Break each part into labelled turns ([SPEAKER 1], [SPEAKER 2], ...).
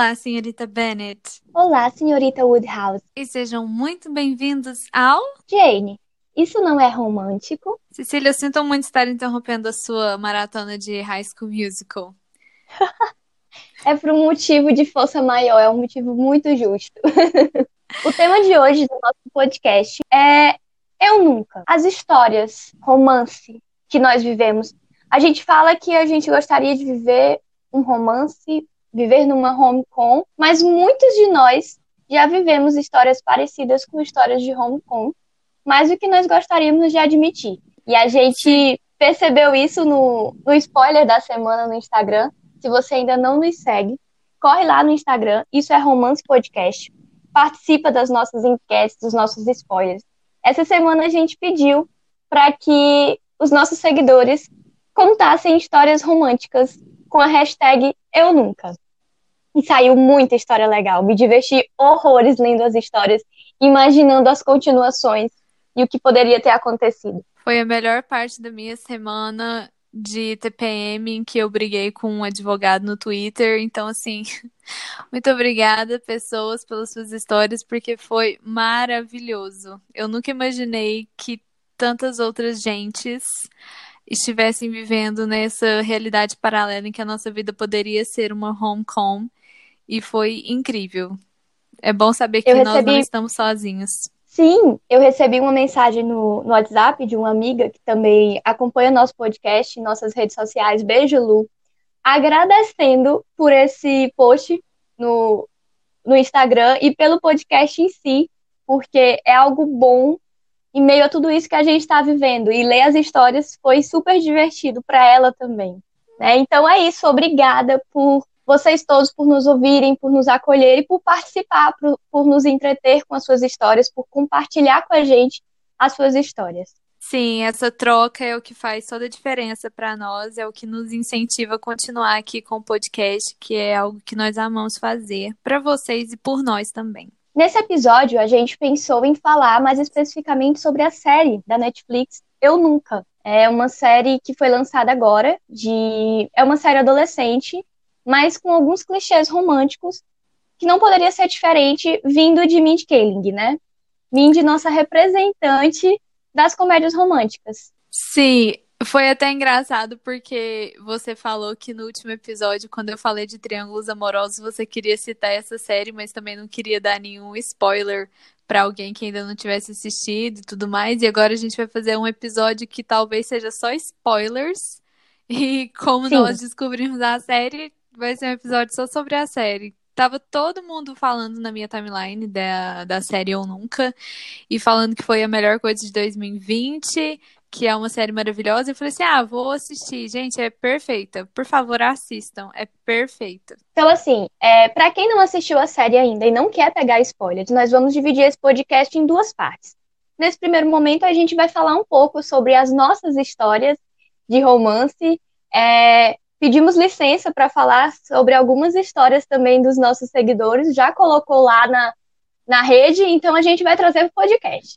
[SPEAKER 1] Olá, senhorita Bennet,
[SPEAKER 2] Olá, senhorita Woodhouse.
[SPEAKER 1] e sejam muito bem-vindos ao...
[SPEAKER 2] Jane, isso não é romântico?
[SPEAKER 1] Cecília, eu sinto muito estar interrompendo a sua maratona de High School Musical.
[SPEAKER 2] É por um motivo de força maior, é um motivo muito justo. O tema de hoje do nosso podcast é Eu Nunca. As histórias, romance que nós vivemos. A gente fala que a gente gostaria de viver um romance, viver numa rom-com, mas muitos de nós já vivemos histórias parecidas com histórias de rom-com, mais do que nós gostaríamos de admitir. E a
[SPEAKER 1] Sim,
[SPEAKER 2] gente percebeu isso no spoiler da semana no Instagram. Se você ainda não nos segue, corre lá no Instagram, isso é Romance Podcast. Participa das nossas enquetes, dos nossos spoilers. Essa semana a gente pediu para que os nossos seguidores contassem histórias românticas com a hashtag Eu Nunca. E saiu muita história legal. Me diverti horrores lendo as histórias, imaginando as continuações e o que poderia ter acontecido.
[SPEAKER 1] foi a melhor parte da minha semana de TPM em que eu briguei com um advogado no Twitter. Então, assim, muito obrigada, pessoas, pelas suas histórias, porque foi maravilhoso. Eu nunca imaginei que tantas outras gentes estivessem vivendo nessa realidade paralela em que a nossa vida poderia ser uma home-com. E foi incrível. É bom saber
[SPEAKER 2] Eu
[SPEAKER 1] que nós não
[SPEAKER 2] recebi,
[SPEAKER 1] estamos sozinhos.
[SPEAKER 2] sim, eu recebi uma mensagem no WhatsApp de uma amiga que também acompanha nosso podcast, nossas redes sociais, beijo, Lu, agradecendo por esse post no, no Instagram e pelo podcast em si, porque é algo bom em meio a tudo isso que a gente está vivendo. E ler as histórias foi super divertido para ela também. Né? Então é isso. Obrigada por vocês todos por nos ouvirem, por nos acolher e por participar, por nos entreter com as suas histórias, por compartilhar com a gente as suas histórias.
[SPEAKER 1] Sim, essa troca é o que faz toda a diferença para nós, é o que nos incentiva a continuar aqui com o podcast, que é algo que nós amamos fazer para vocês e por nós também.
[SPEAKER 2] Nesse episódio, a gente pensou em falar mais especificamente sobre a série da Netflix Eu Nunca. É uma série que foi lançada agora, é uma série adolescente, mas com alguns clichês românticos, que não poderia ser diferente vindo de Mindy Kaling, né? Mindy, nossa representante das comédias românticas.
[SPEAKER 1] Sim, foi até engraçado porque você falou que no último episódio, quando eu falei de triângulos amorosos, você queria citar essa série, mas também não queria dar nenhum spoiler para alguém que ainda não tivesse assistido e tudo mais. E agora a gente vai fazer um episódio que talvez seja só spoilers. E como nós
[SPEAKER 2] Sim,
[SPEAKER 1] descobrimos a série, vai ser um episódio só sobre a série. Tava todo mundo falando na minha timeline da série Eu Nunca e falando que foi a melhor coisa de 2020, que é uma série maravilhosa. Eu falei assim: ah, vou assistir. Gente, é perfeita. Por favor, assistam. É perfeita.
[SPEAKER 2] então assim, para quem não assistiu a série ainda e não quer pegar spoilers, nós vamos dividir esse podcast em duas partes. Nesse primeiro momento, a gente vai falar um pouco sobre as nossas histórias de romance. Pedimos licença para falar sobre algumas histórias também dos nossos seguidores, já colocou lá na rede, então a gente vai trazer o podcast.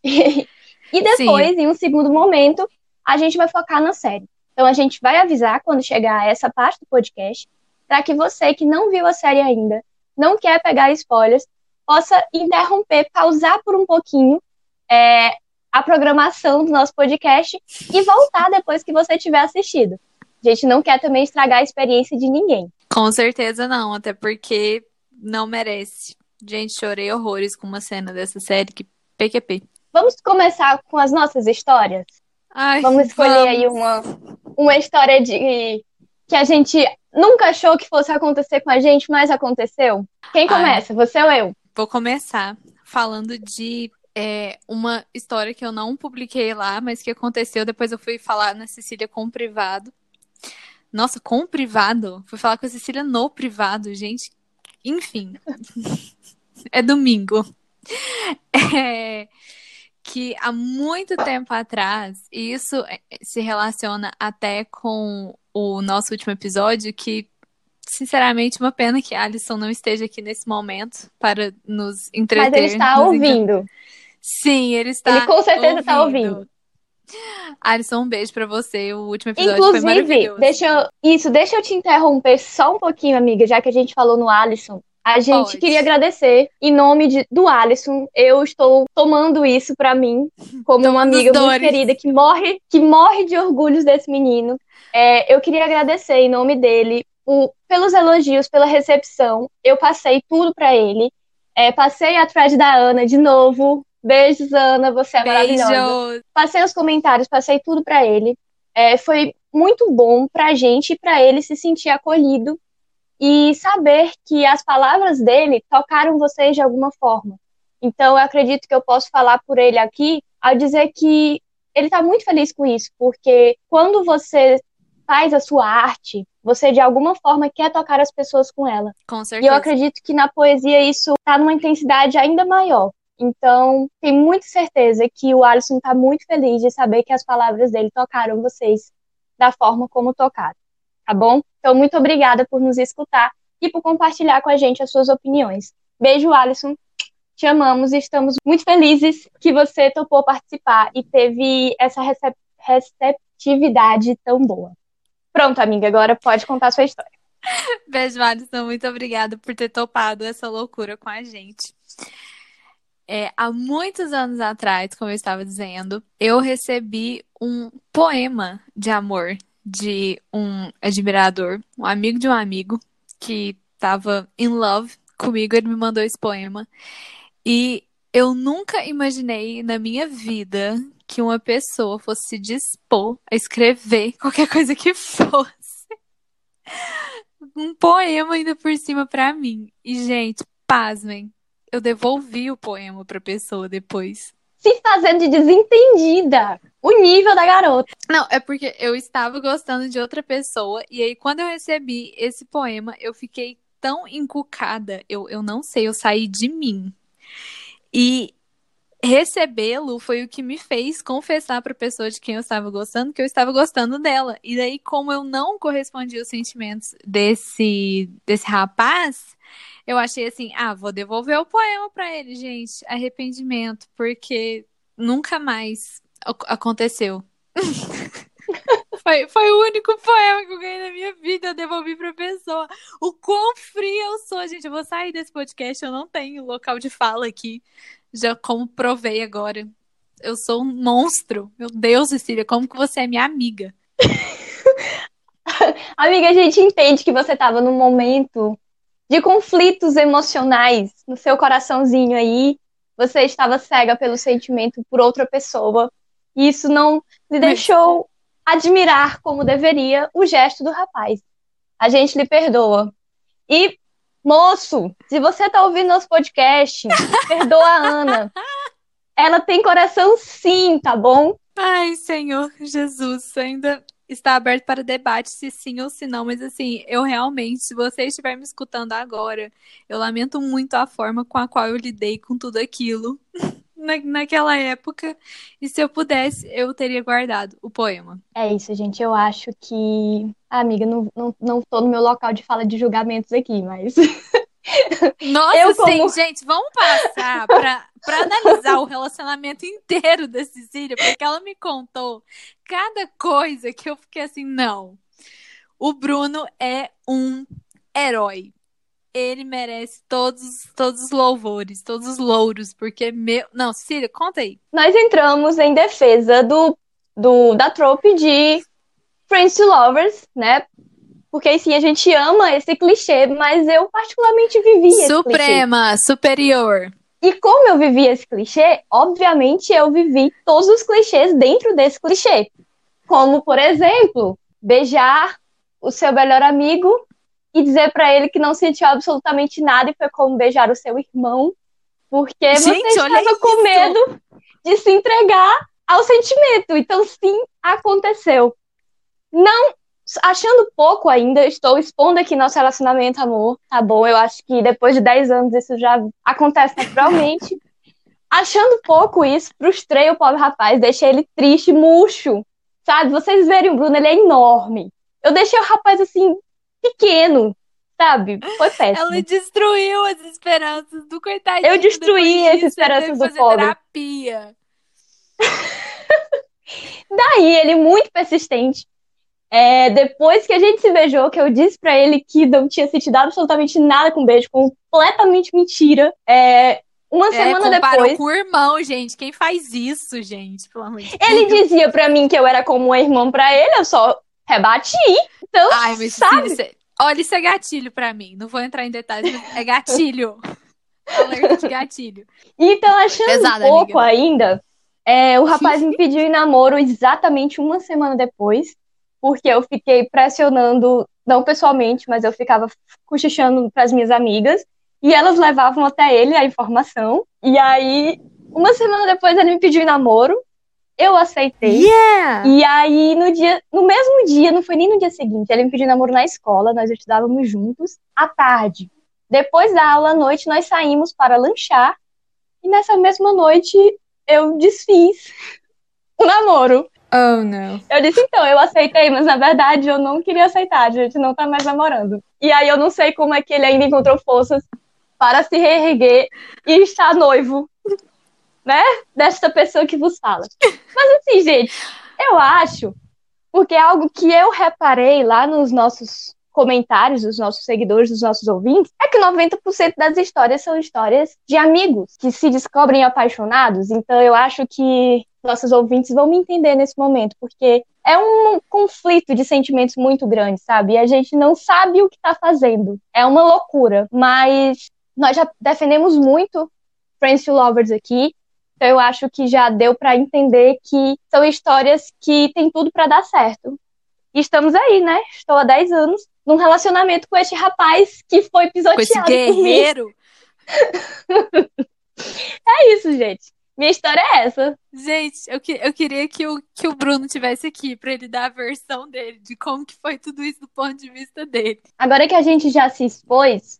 [SPEAKER 2] E
[SPEAKER 1] Sim,
[SPEAKER 2] depois, em um segundo momento, a gente vai focar na série. Então a gente vai avisar quando chegar a essa parte do podcast, para que você que não viu a série ainda, não quer pegar spoilers, possa interromper, pausar por um pouquinho é, a programação do nosso podcast e voltar depois que você tiver assistido. A gente não quer também estragar a experiência de ninguém.
[SPEAKER 1] com certeza não, até porque não merece. Gente, chorei horrores com uma cena dessa série que PQP.
[SPEAKER 2] Vamos começar com as nossas histórias?
[SPEAKER 1] Ai,
[SPEAKER 2] Vamos escolher aí
[SPEAKER 1] vamos.
[SPEAKER 2] uma história de que a gente nunca achou que fosse acontecer com a gente, mas aconteceu. Quem
[SPEAKER 1] Ai,
[SPEAKER 2] começa? Você ou eu?
[SPEAKER 1] vou começar falando de uma história que eu não publiquei lá, mas que aconteceu. Depois eu fui falar na Cecília com o privado. Nossa, com o privado? Fui falar com a Cecília no privado, gente. Enfim, é domingo. É, que há muito tempo atrás, e isso se relaciona até com o nosso último episódio, que, sinceramente, uma pena que Alisson não esteja aqui nesse momento para nos
[SPEAKER 2] Mas ele
[SPEAKER 1] entreter,
[SPEAKER 2] está
[SPEAKER 1] nos encantar.
[SPEAKER 2] ouvindo.
[SPEAKER 1] Sim, ele
[SPEAKER 2] Ele
[SPEAKER 1] está
[SPEAKER 2] com certeza está ouvindo.
[SPEAKER 1] ouvindo. Alisson, um beijo pra você. O último episódio foi
[SPEAKER 2] Inclusive,
[SPEAKER 1] maravilhoso.
[SPEAKER 2] deixa eu te interromper só um pouquinho, amiga, já que a gente falou no Alisson. A gente
[SPEAKER 1] Pode.
[SPEAKER 2] queria agradecer em nome do Alisson. Eu estou tomando isso pra mim, como uma
[SPEAKER 1] Tomando os
[SPEAKER 2] amiga muito
[SPEAKER 1] dores.
[SPEAKER 2] querida que morre de orgulhos desse menino. Eu queria agradecer em nome dele pelos elogios, pela recepção. Eu passei tudo pra ele. Passei a thread da Ana de novo. Beijos, Ana, você é maravilhosa.
[SPEAKER 1] Beijos.
[SPEAKER 2] Passei os comentários, passei tudo pra ele. Foi muito bom pra gente e pra ele se sentir acolhido e saber que as palavras dele tocaram vocês de alguma forma. Então, eu acredito que eu posso falar por ele aqui ao dizer que ele está muito feliz com isso, porque quando você faz a sua arte, você de alguma forma quer tocar as pessoas com ela.
[SPEAKER 1] Com
[SPEAKER 2] E eu
[SPEAKER 1] certeza.
[SPEAKER 2] acredito que na poesia isso está numa intensidade ainda maior. Então, tenho muita certeza que o Alisson está muito feliz de saber que as palavras dele tocaram vocês da forma como tocaram, tá bom? Então, muito obrigada por nos escutar e por compartilhar com a gente as suas opiniões. Beijo, Alisson. Te amamos e estamos muito felizes que você topou participar e teve essa receptividade tão boa. Pronto, amiga, agora pode contar a sua história.
[SPEAKER 1] Beijo, Alisson. Muito obrigada por ter topado essa loucura com a gente. Há muitos anos atrás, como eu estava dizendo, eu recebi um poema de amor de um admirador, um amigo de um amigo, que estava in love comigo. Ele me mandou esse poema. E eu nunca imaginei na minha vida que uma pessoa fosse se dispor a escrever qualquer coisa que fosse. Um poema ainda por cima pra mim. E, gente, pasmem, eu devolvi o poema pra pessoa depois.
[SPEAKER 2] Se fazendo de desentendida. O nível da garota.
[SPEAKER 1] Não, é porque eu estava gostando de outra pessoa, e aí quando eu recebi esse poema, eu fiquei tão encucada, eu não sei, eu saí de mim. E recebê-lo foi o que me fez confessar pra pessoa de quem eu estava gostando que eu estava gostando dela. E daí, como eu não correspondi aos sentimentos desse rapaz, eu achei assim, vou devolver o poema pra ele, gente. Arrependimento, porque nunca mais aconteceu. Foi o único poema que eu ganhei na minha vida, eu devolvi pra pessoa. O quão fria eu sou, gente. Eu vou sair desse podcast, eu não tenho local de fala aqui. Já como provei agora. Eu sou um monstro. Meu Deus, Cecília, como que você é minha amiga?
[SPEAKER 2] Amiga, a gente entende que você estava num momento de conflitos emocionais no seu coraçãozinho aí. Você estava cega pelo sentimento por outra pessoa. E isso não lhe
[SPEAKER 1] Mas,
[SPEAKER 2] deixou admirar como deveria o gesto do rapaz. A gente lhe perdoa. E, moço, se você tá ouvindo nosso podcast, perdoa a Ana. Ela tem coração sim, tá bom?
[SPEAKER 1] ai, Senhor Jesus, ainda está aberto para debate se sim ou se não. Mas assim, eu realmente, se você estiver me escutando agora, eu lamento muito a forma com a qual eu lidei com tudo aquilo. Naquela época, e se eu pudesse, eu teria guardado o poema.
[SPEAKER 2] É isso, gente. Eu acho que. Amiga, não tô no meu local de fala de julgamentos aqui, mas.
[SPEAKER 1] Nossa,
[SPEAKER 2] Eu,
[SPEAKER 1] sim,
[SPEAKER 2] como.
[SPEAKER 1] gente, vamos passar pra analisar o relacionamento inteiro da Cecília, porque ela me contou cada coisa que eu fiquei assim, não. O Bruno é um herói. Ele merece todos os louvores, todos os louros, porque meu. Não, Cecília, conta aí.
[SPEAKER 2] Nós entramos em defesa da trope de Friends to Lovers, né? Porque sim, a gente ama esse clichê, mas eu particularmente vivi esse clichê.
[SPEAKER 1] Suprema, superior.
[SPEAKER 2] E como eu vivi esse clichê, obviamente eu vivi todos os clichês dentro desse clichê. Como, por exemplo, beijar o seu melhor amigo e dizer pra ele que não sentiu absolutamente nada e foi como beijar o seu irmão, porque você
[SPEAKER 1] Gente, olha
[SPEAKER 2] estava com
[SPEAKER 1] isso!
[SPEAKER 2] medo de se entregar ao sentimento. Então, sim, aconteceu. Não achando pouco ainda, estou expondo aqui nosso relacionamento, amor, tá bom? Eu acho que depois de 10 anos isso já acontece naturalmente. Achando pouco isso, frustrei o pobre rapaz, deixei ele triste, murcho, sabe? Vocês verem o Bruno, ele é enorme. Eu deixei o rapaz assim, pequeno, sabe? Foi
[SPEAKER 1] Ela
[SPEAKER 2] péssimo.
[SPEAKER 1] destruiu as esperanças do
[SPEAKER 2] Eu
[SPEAKER 1] coitadinho.
[SPEAKER 2] destruí
[SPEAKER 1] Depois
[SPEAKER 2] as
[SPEAKER 1] disso, ele teve
[SPEAKER 2] esperanças
[SPEAKER 1] que
[SPEAKER 2] do
[SPEAKER 1] fazer
[SPEAKER 2] pobre.
[SPEAKER 1] terapia.
[SPEAKER 2] Daí ele, muito persistente, Depois que a gente se beijou, que eu disse pra ele que não tinha sentido absolutamente nada com beijo, completamente mentira. Uma semana
[SPEAKER 1] Comparou
[SPEAKER 2] depois,
[SPEAKER 1] com o irmão, gente. Quem faz isso, gente? Pelo amor de
[SPEAKER 2] ele
[SPEAKER 1] Deus.
[SPEAKER 2] dizia pra mim que eu era como uma irmã pra ele, eu só rebati. Então,
[SPEAKER 1] Ai, mas
[SPEAKER 2] sabe?
[SPEAKER 1] olha, isso é gatilho pra mim. Não vou entrar em detalhes, mas é gatilho. Alerta de gatilho.
[SPEAKER 2] Então, achando
[SPEAKER 1] Pesada,
[SPEAKER 2] pouco
[SPEAKER 1] amiga.
[SPEAKER 2] ainda, o rapaz me pediu em namoro exatamente uma semana depois, porque eu fiquei pressionando, não pessoalmente, mas eu ficava cochichando pras minhas amigas, e elas levavam até ele a informação. E aí, uma semana depois, ele me pediu em namoro, eu aceitei.
[SPEAKER 1] Yeah!
[SPEAKER 2] E aí, no mesmo dia, não foi nem no dia seguinte, ele me pediu namoro na escola, nós estudávamos juntos, à tarde. Depois da aula à noite, nós saímos para lanchar, e nessa mesma noite, eu desfiz o namoro.
[SPEAKER 1] Oh, não.
[SPEAKER 2] Eu disse, então, eu aceitei, mas na verdade eu não queria aceitar, a gente não tá mais namorando. E aí eu não sei como é que ele ainda encontrou forças para se reerguer e estar noivo, né? Desta pessoa que vos fala. Mas assim, gente, eu acho, porque é algo que eu reparei lá nos nossos comentários, dos nossos seguidores, dos nossos ouvintes, é que 90% das histórias são histórias de amigos que se descobrem apaixonados. Então eu acho que nossos ouvintes vão me entender nesse momento, porque é um conflito de sentimentos muito grande, sabe? E a gente não sabe o que tá fazendo. É uma loucura, mas nós já defendemos muito Friends to Lovers aqui. Então eu acho que já deu pra entender que são histórias que tem tudo pra dar certo. E estamos aí, né? Estou há 10 anos num relacionamento com este rapaz que foi
[SPEAKER 1] Com esse
[SPEAKER 2] pisoteado por mim.
[SPEAKER 1] guerreiro.
[SPEAKER 2] É isso, gente. Minha história é essa.
[SPEAKER 1] Gente, eu queria que o Bruno tivesse aqui pra ele dar a versão dele, de como que foi tudo isso do ponto de vista dele.
[SPEAKER 2] Agora que a gente já se expôs,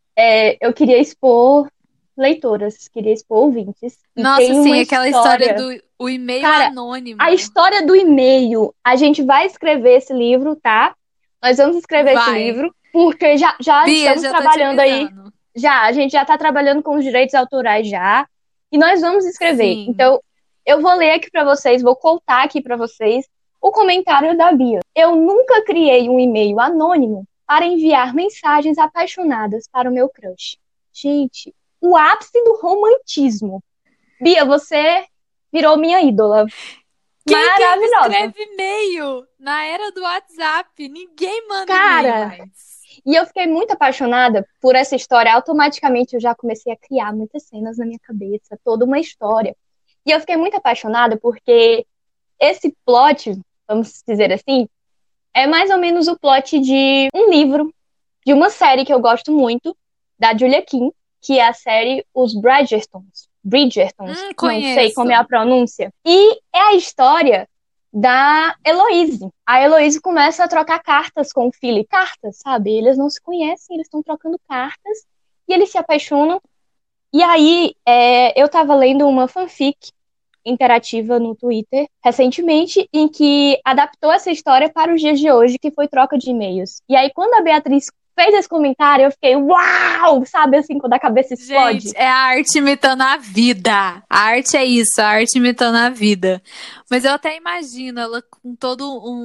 [SPEAKER 2] eu queria expor leitoras, queria expor ouvintes. E
[SPEAKER 1] Nossa,
[SPEAKER 2] tem
[SPEAKER 1] sim,
[SPEAKER 2] uma
[SPEAKER 1] aquela história
[SPEAKER 2] história.
[SPEAKER 1] do o e-mail
[SPEAKER 2] Cara,
[SPEAKER 1] anônimo.
[SPEAKER 2] a história do e-mail. A gente vai escrever esse livro, tá? Nós vamos escrever esse
[SPEAKER 1] Vai.
[SPEAKER 2] livro, porque já
[SPEAKER 1] Bia,
[SPEAKER 2] estamos
[SPEAKER 1] já tô te
[SPEAKER 2] trabalhando aí.
[SPEAKER 1] avisando.
[SPEAKER 2] A gente já tá trabalhando com os direitos autorais já. E nós vamos escrever.
[SPEAKER 1] Sim.
[SPEAKER 2] Então, eu vou ler aqui pra vocês, vou contar aqui pra vocês o comentário da Bia. Eu nunca criei um e-mail anônimo para enviar mensagens apaixonadas para o meu crush. Gente, o ápice do romantismo. Bia, você virou minha ídola.
[SPEAKER 1] Quem que ainda
[SPEAKER 2] Maravilhosa.
[SPEAKER 1] escreve e-mail na era do WhatsApp? Ninguém manda
[SPEAKER 2] Cara,
[SPEAKER 1] e-mail mais.
[SPEAKER 2] E eu fiquei muito apaixonada por essa história. Automaticamente eu já comecei a criar muitas cenas na minha cabeça, toda uma história. E eu fiquei muito apaixonada porque esse plot, vamos dizer assim, é mais ou menos o plot de um livro, de uma série que eu gosto muito, da Julia Kim, que é a série Os Bridgertons. Bridgertons, não sei
[SPEAKER 1] Conheço.
[SPEAKER 2] como é a pronúncia. E é a história da Heloise. A Heloise começa a trocar cartas com o Philip. Cartas, sabe? Eles não se conhecem, eles estão trocando cartas e eles se apaixonam. E aí, eu tava lendo uma fanfic interativa no Twitter recentemente, em que adaptou essa história para os dias de hoje, que foi troca de e-mails. E aí, quando a Beatriz fez esse comentário, eu fiquei, uau! Sabe assim, quando a cabeça explode?
[SPEAKER 1] Gente, é a arte imitando a vida. A arte é isso, a arte imitando a vida. Mas eu até imagino ela com todo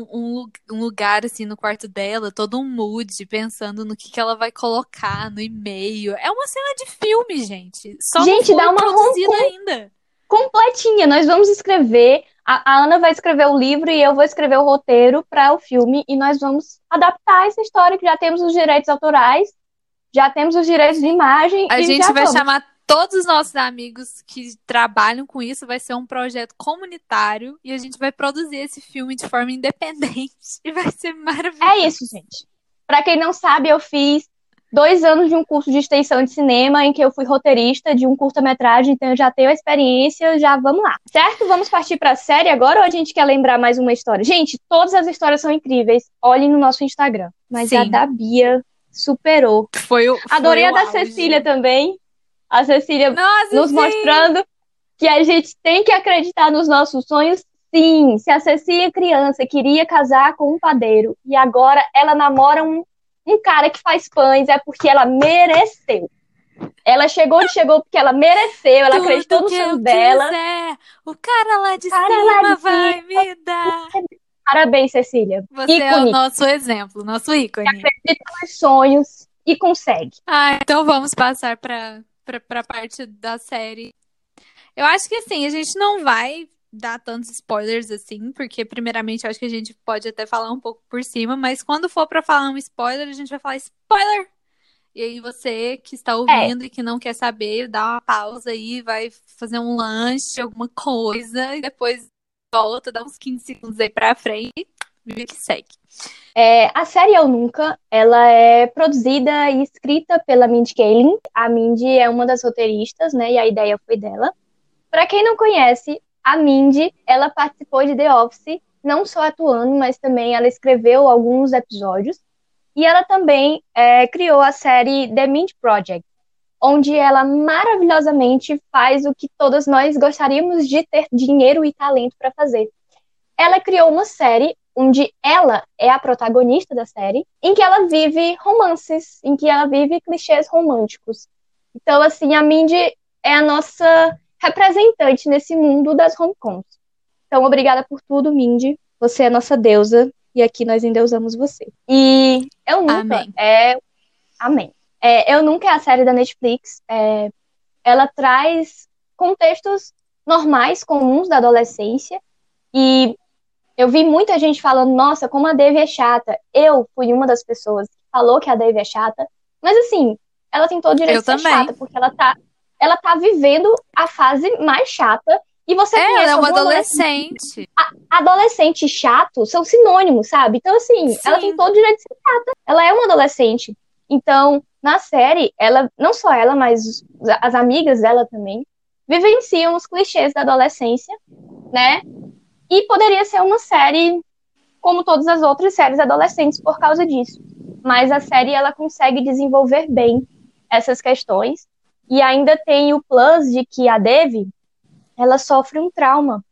[SPEAKER 1] um lugar assim no quarto dela, todo um mood, pensando no que ela vai colocar no e-mail. É uma cena de filme, gente. Só
[SPEAKER 2] Gente,
[SPEAKER 1] não
[SPEAKER 2] dá
[SPEAKER 1] foi
[SPEAKER 2] uma
[SPEAKER 1] produzida ainda.
[SPEAKER 2] completinha. Nós vamos escrever. A Ana vai escrever o livro e eu vou escrever o roteiro para o filme. E nós vamos adaptar essa história, que já temos os direitos autorais, já temos os direitos de imagem.
[SPEAKER 1] A
[SPEAKER 2] e
[SPEAKER 1] gente
[SPEAKER 2] já
[SPEAKER 1] vai
[SPEAKER 2] vamos.
[SPEAKER 1] chamar todos os nossos amigos que trabalham com isso. Vai ser um projeto comunitário e a gente vai produzir esse filme de forma independente. E vai ser maravilhoso.
[SPEAKER 2] É isso, gente. Para quem não sabe, eu fiz 2 anos de um curso de extensão de cinema em que eu fui roteirista de um curta-metragem, então eu já tenho a experiência, já vamos lá. Certo? Vamos partir para a série agora ou a gente quer lembrar mais uma história? Gente, todas as histórias são incríveis. Olhem no nosso Instagram. Mas
[SPEAKER 1] Sim.
[SPEAKER 2] a da Bia superou. Adorei a da
[SPEAKER 1] auge.
[SPEAKER 2] Cecília também. A Cecília
[SPEAKER 1] Nossa,
[SPEAKER 2] nos
[SPEAKER 1] sim.
[SPEAKER 2] mostrando que a gente tem que acreditar nos nossos sonhos. Sim, se a Cecília criança queria casar com um padeiro e agora ela namora um cara que faz pães, é porque ela mereceu. Ela chegou porque ela mereceu, ela acreditou no sonho dela.
[SPEAKER 1] Quiser, o cara lá de
[SPEAKER 2] Cara
[SPEAKER 1] cima
[SPEAKER 2] lá de
[SPEAKER 1] vai
[SPEAKER 2] cima
[SPEAKER 1] me dar.
[SPEAKER 2] Parabéns, Cecília.
[SPEAKER 1] Você é o
[SPEAKER 2] Ícone,
[SPEAKER 1] nosso exemplo, nosso ícone.
[SPEAKER 2] acredita nos sonhos e consegue.
[SPEAKER 1] Ah, então vamos passar pra parte da série. Eu acho que assim, a gente não vai dar tantos spoilers assim, porque primeiramente eu acho que a gente pode até falar um pouco por cima, mas quando for pra falar um spoiler, a gente vai falar spoiler. E aí você que está
[SPEAKER 2] É,
[SPEAKER 1] ouvindo e que não quer saber, dá uma pausa aí, vai fazer um lanche, alguma coisa, e depois volta, dá uns 15 segundos aí pra frente e vive que segue.
[SPEAKER 2] a série Eu Nunca, ela é produzida e escrita pela Mindy Kaling. A Mindy é uma das roteiristas, né? E a ideia foi dela. Para quem não conhece, a Mindy, ela participou de The Office, não só atuando, mas também ela escreveu alguns episódios. E ela também criou a série The Mindy Project, onde ela maravilhosamente faz o que todas nós gostaríamos de ter dinheiro e talento para fazer. Ela criou uma série onde ela é a protagonista da série, em que ela vive romances, em que ela vive clichês românticos. Então, assim, a Mindy é a nossa representante nesse mundo das rom-coms. Então, obrigada por tudo, Mindy. Você é nossa deusa e aqui nós endeusamos você. E Eu Nunca
[SPEAKER 1] Amém.
[SPEAKER 2] é... Amém. Eu Nunca é a série da Netflix. Ela traz contextos normais, comuns da adolescência. E eu vi muita gente falando, nossa, como a Devi é chata. Eu fui uma das pessoas que falou que a Devi é chata. Mas assim, ela tem todo o direito
[SPEAKER 1] Eu
[SPEAKER 2] de ser chata,
[SPEAKER 1] também.
[SPEAKER 2] porque ela tá vivendo a fase mais chata. E você
[SPEAKER 1] Ela é
[SPEAKER 2] conhece
[SPEAKER 1] uma
[SPEAKER 2] algum adolescente?
[SPEAKER 1] adolescente.
[SPEAKER 2] Adolescente chato são sinônimos, sabe? Então, assim, ela tem
[SPEAKER 1] Sim.
[SPEAKER 2] todo o direito de ser chata. Ela é uma adolescente. Então, na série, ela, não só ela, mas as amigas dela também, vivenciam os clichês da adolescência, né? E poderia ser uma série como todas as outras séries adolescentes por causa disso. Mas a série ela consegue desenvolver bem essas questões e ainda tem o plus de que a Devi ela sofre um trauma.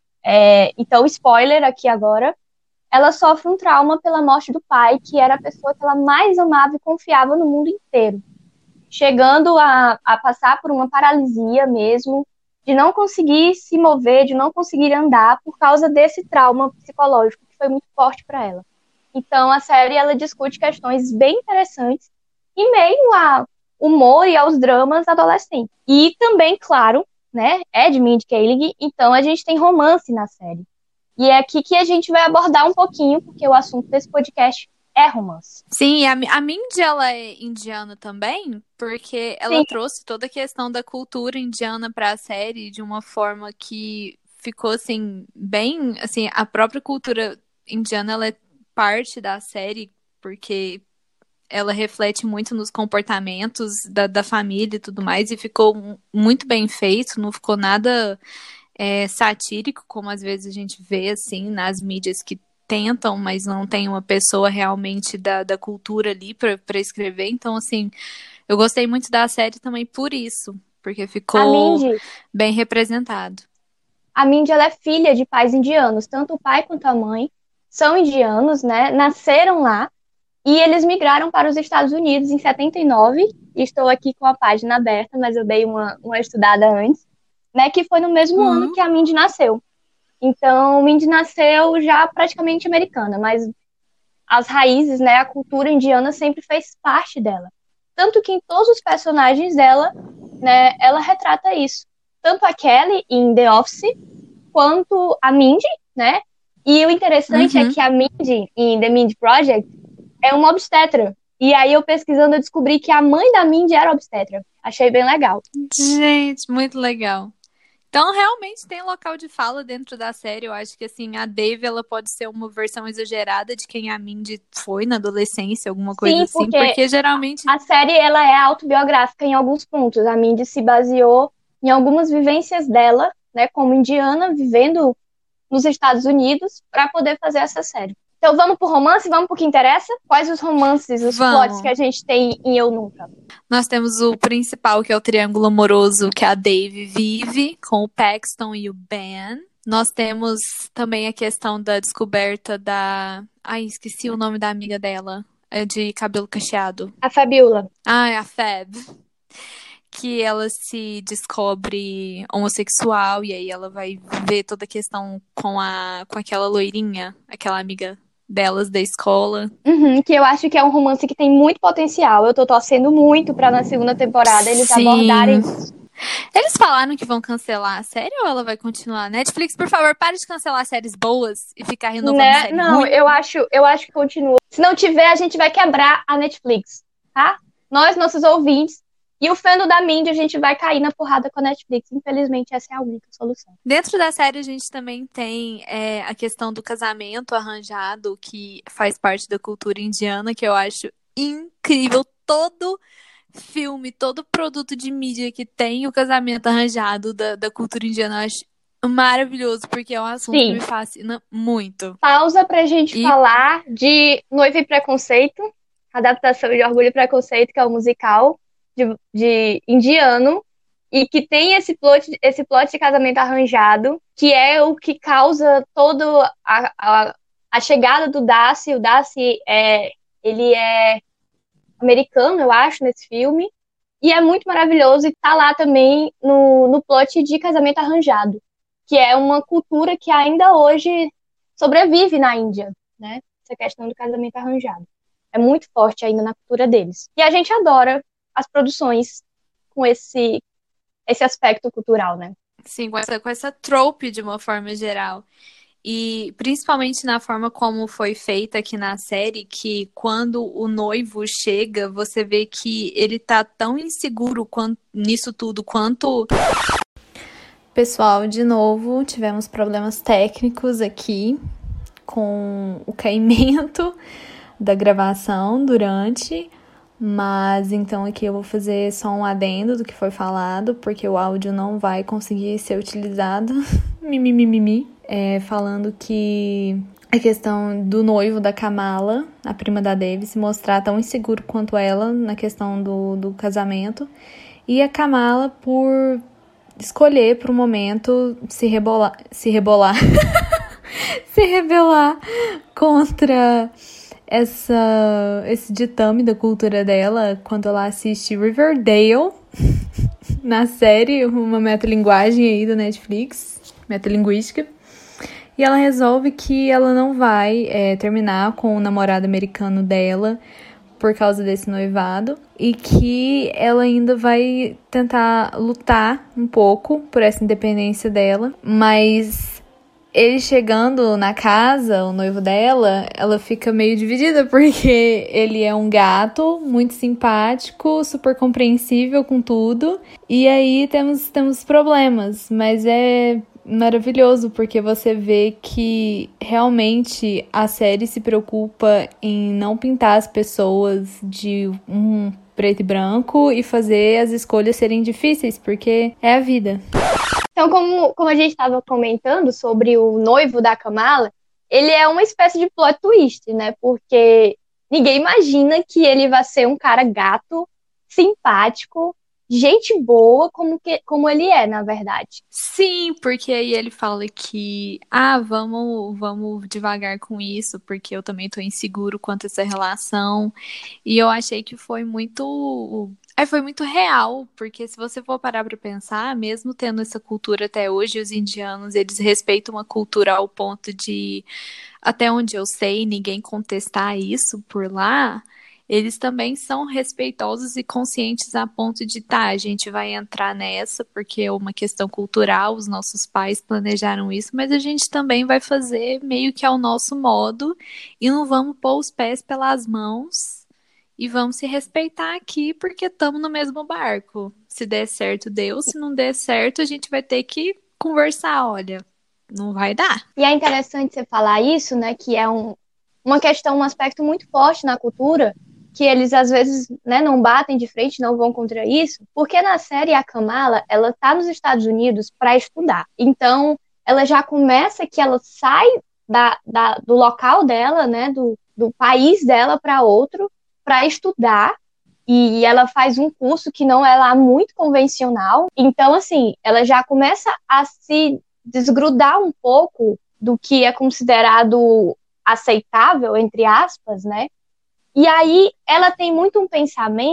[SPEAKER 2] Então, spoiler aqui agora, ela sofre um trauma pela morte do pai, que era a pessoa que ela mais amava e confiava no mundo inteiro, chegando a passar por uma paralisia mesmo, de não conseguir se mover, de não conseguir andar por causa desse trauma psicológico que foi muito forte para ela. Então a série ela discute questões bem interessantes e meio a humor e aos dramas adolescentes. E também, claro, né, é de Mindy Kaling, então a gente tem romance na série. E é aqui que a gente vai abordar um pouquinho, porque o assunto desse podcast é romance.
[SPEAKER 1] Sim, e a Mindy, ela é indiana também, porque ela
[SPEAKER 2] Sim,
[SPEAKER 1] trouxe toda a questão da cultura indiana para a série de uma forma que ficou, assim, bem, assim, a própria cultura indiana, ela é parte da série, porque ela reflete muito nos comportamentos da família e tudo mais, e ficou muito bem feito, não ficou nada satírico, como às vezes a gente vê, assim, nas mídias que tentam, mas não tem uma pessoa realmente da cultura ali para escrever. Então, assim, eu gostei muito da série também por isso, porque
[SPEAKER 2] a
[SPEAKER 1] ficou
[SPEAKER 2] Mindy
[SPEAKER 1] bem representado.
[SPEAKER 2] A Mindy ela é filha de pais indianos, tanto o pai quanto a mãe são indianos, né? Nasceram lá e eles migraram para os Estados Unidos em 79. Estou aqui com a página aberta, mas eu dei uma estudada antes, né? Que foi no mesmo ano
[SPEAKER 1] Hum,
[SPEAKER 2] que a Mindy nasceu. Então, Mindy nasceu já praticamente americana, mas as raízes, né? A cultura indiana sempre fez parte dela. Tanto que em todos os personagens dela, né? Ela retrata isso. Tanto a Kelly em The Office quanto a Mindy, né? E o interessante é
[SPEAKER 1] uhum.
[SPEAKER 2] que a Mindy, em The Mindy Project, é uma obstetra. E aí eu pesquisando, eu descobri que a mãe da Mindy era obstetra. Achei bem legal.
[SPEAKER 1] Gente, muito legal. Então, realmente tem local de fala dentro da série. Eu acho que, assim, a Dave, ela pode ser uma versão exagerada de quem a Mindy foi na adolescência, alguma coisa
[SPEAKER 2] Sim,
[SPEAKER 1] assim,
[SPEAKER 2] porque
[SPEAKER 1] porque geralmente.
[SPEAKER 2] a série ela é autobiográfica em alguns pontos. A Mindy se baseou em algumas vivências dela, né, como indiana, vivendo nos Estados Unidos, para poder fazer essa série. Então vamos pro romance, vamos pro que interessa? Quais os romances, os plots que
[SPEAKER 1] Vamos.
[SPEAKER 2] a gente tem em Eu Nunca?
[SPEAKER 1] Nós temos o principal, que é o triângulo amoroso que a Dave vive com o Paxton e o Ben. Nós temos também a questão da descoberta da. Ai, esqueci o nome da amiga dela. É de cabelo cacheado.
[SPEAKER 2] A Fabiola.
[SPEAKER 1] Ah, é a Fab. que ela se descobre homossexual e aí ela vai ver toda a questão com aquela loirinha, aquela amiga delas da escola.
[SPEAKER 2] Que eu acho que é um romance que tem muito potencial. Eu tô torcendo muito pra na segunda temporada eles abordarem
[SPEAKER 1] Sim.
[SPEAKER 2] isso.
[SPEAKER 1] Eles falaram que vão cancelar a série ou ela vai continuar? Netflix, por favor, pare de cancelar séries boas e ficar renovando
[SPEAKER 2] Né?
[SPEAKER 1] série
[SPEAKER 2] Não,
[SPEAKER 1] ruim.
[SPEAKER 2] eu acho que continua. Se não tiver, a gente vai quebrar a Netflix, tá? Nós, nossos ouvintes, e o fandom da Mindy, a gente vai cair na porrada com a Netflix. Infelizmente, essa é a única solução.
[SPEAKER 1] Dentro da série, a gente também tem a questão do casamento arranjado, que faz parte da cultura indiana, que eu acho incrível. Todo filme, todo produto de mídia que tem o casamento arranjado da cultura indiana, eu acho maravilhoso, porque é um assunto que me
[SPEAKER 2] Sim.
[SPEAKER 1] fascina muito.
[SPEAKER 2] Pausa pra gente
[SPEAKER 1] E
[SPEAKER 2] falar de Noiva e Preconceito, adaptação de Orgulho e Preconceito, que é um musical de indiano, e que tem esse plot de casamento arranjado, que é o que causa toda a chegada do Darcy. O Darcy ele é americano, eu acho, nesse filme, e é muito maravilhoso, e tá lá também no plot de casamento arranjado, que é uma cultura que ainda hoje sobrevive na Índia, né? Essa questão do casamento arranjado. É muito forte ainda na cultura deles. E a gente adora as produções com esse aspecto cultural, né?
[SPEAKER 1] sim, com essa trope de uma forma geral. E principalmente na forma como foi feita aqui na série, que quando o noivo chega, você vê que ele tá tão inseguro nisso tudo quanto. Pessoal, de novo, tivemos problemas técnicos aqui com o caimento da gravação durante. Mas então aqui eu vou fazer só um adendo do que foi falado, porque o áudio não vai conseguir ser utilizado. Mimimi. Falando que a questão do noivo da Kamala, a prima da Devi, se mostrar tão inseguro quanto ela na questão do casamento. E a Kamala por escolher por um momento se rebelar se rebelar contra esse ditame da cultura dela quando ela assiste Riverdale na série, uma metalinguagem aí do Netflix, metalinguística. E ela resolve que ela não vai terminar com o namorado americano dela por causa desse noivado e que ela ainda vai tentar lutar um pouco por essa independência dela, mas ele chegando na casa, o noivo dela, ela fica meio dividida porque ele é um gato muito simpático, super compreensível com tudo, e aí temos problemas, mas é maravilhoso porque você vê que realmente a série se preocupa em não pintar as pessoas de um preto e branco e fazer as escolhas serem difíceis, porque é a vida.
[SPEAKER 2] Então, como a gente estava comentando sobre o noivo da Kamala, ele é uma espécie de plot twist, né? Porque ninguém imagina que ele vai ser um cara gato, simpático, gente boa, como ele é, na verdade.
[SPEAKER 1] Sim, porque aí ele fala que, vamos devagar com isso, porque eu também tô inseguro quanto a essa relação. E eu achei que foi muito real, porque se você for parar pra pensar, mesmo tendo essa cultura até hoje, os indianos, eles respeitam a cultura ao ponto de, até onde eu sei, ninguém contestar isso por lá. Eles também são respeitosos e conscientes a ponto de, tá, a gente vai entrar nessa porque é uma questão cultural, os nossos pais planejaram isso, mas a gente também vai fazer meio que ao nosso modo e não vamos pôr os pés pelas mãos e vamos se respeitar aqui porque estamos no mesmo barco. Se der certo, deu. Se não der certo, a gente vai ter que conversar, olha, não vai dar.
[SPEAKER 2] E é interessante você falar isso, né? Que é uma questão, um aspecto muito forte na cultura, que eles às vezes, né, não batem de frente, não vão contra isso, porque na série a Kamala, ela tá nos Estados Unidos para estudar. Então, ela já começa que ela sai do local dela, né, do país dela para outro, para estudar, e ela faz um curso que não é lá muito convencional. Então, assim, ela já começa a se desgrudar um pouco do que é considerado aceitável, entre aspas, né? E aí ela tem muito um pensamento